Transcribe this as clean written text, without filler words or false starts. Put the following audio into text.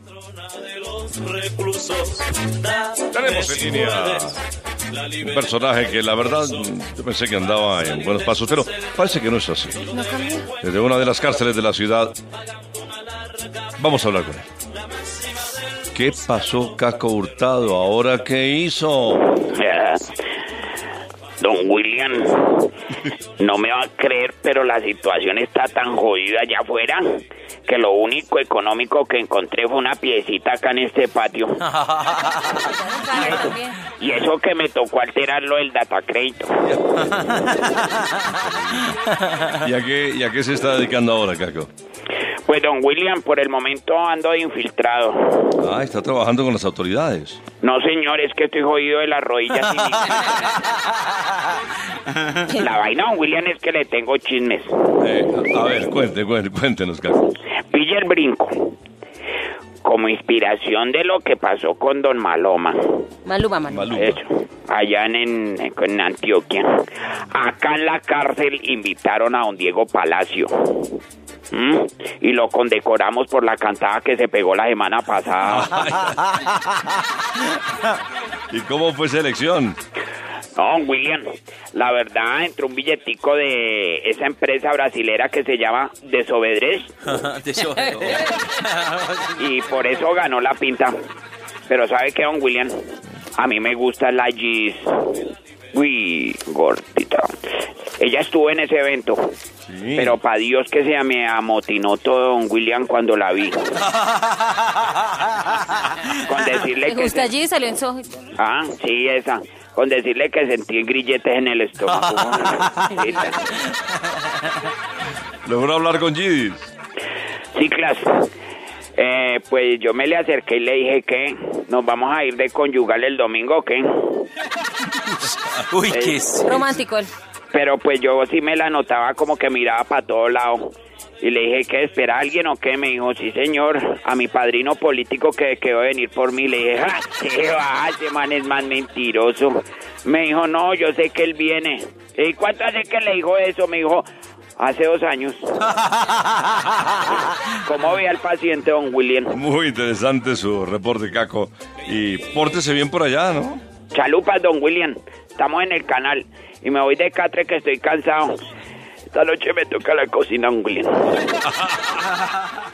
Tenemos en línea un personaje que la verdad yo pensé que andaba en buenos pasos, pero parece que no es así. ¿No cambió? Desde una de las cárceles de la ciudad vamos a hablar con él. ¿Qué pasó, Caco Hurtado? ¿Ahora qué hizo? Don William, no me va a creer, pero la situación está tan jodida allá afuera que lo único económico que encontré fue una piecita acá en este patio. Y eso que me tocó alterarlo el datacrédito. ¿Y a qué se está dedicando ahora, Caco? Pues don William, por el momento ando de infiltrado. Ah, está trabajando con las autoridades. No, señor, es que estoy jodido de las rodillas. La vaina, don William, es que le tengo chismes. A ver, cuéntenos, Caco. Pilla el brinco. Como inspiración de lo que pasó con don Maloma. Maluma. Eso, allá en Antioquia. Acá en la cárcel invitaron a don Diego Palacio. Y lo condecoramos por la cantada que se pegó la semana pasada. ¿Y cómo fue esa elección? No, William, la verdad, entró un billetico de esa empresa brasilera que se llama Desobedres. Y por eso ganó la pinta. Pero ¿sabe qué, don William? A mí me gusta la Gis. Uy, gordita. Ella estuvo en ese evento. Sí. Pero para Dios que se me amotinó todo, don William, cuando la vi. Con decirle ¿te gusta allí? Salió en Soho. Ah, sí, esa. Con decirle que sentí grilletes en el estómago. ¿Logró hablar con Gidis? Sí, claro. Pues yo me le acerqué y le dije que nos vamos a ir de conyugal el domingo, ¿o qué? Uy, qué romántico él. Pero pues yo sí me la notaba como que miraba para todos lados. Y le dije, ¿qué? ¿Espera a alguien o qué? Me dijo, sí, señor. A mi padrino político que va a venir por mí. Le dije, ¡ja! ¿Qué va? Ese man es más mentiroso. Me dijo, no, yo sé que él viene. ¿Y cuánto hace que le dijo eso? Me dijo, hace 2 años. ¿Cómo ve al paciente, don William? Muy interesante su reporte, Caco. Y pórtese bien por allá, ¿no? Chalupas, don William. Estamos en el canal. Y me voy de catre que estoy cansado. Esta noche me toca la cocina, don William.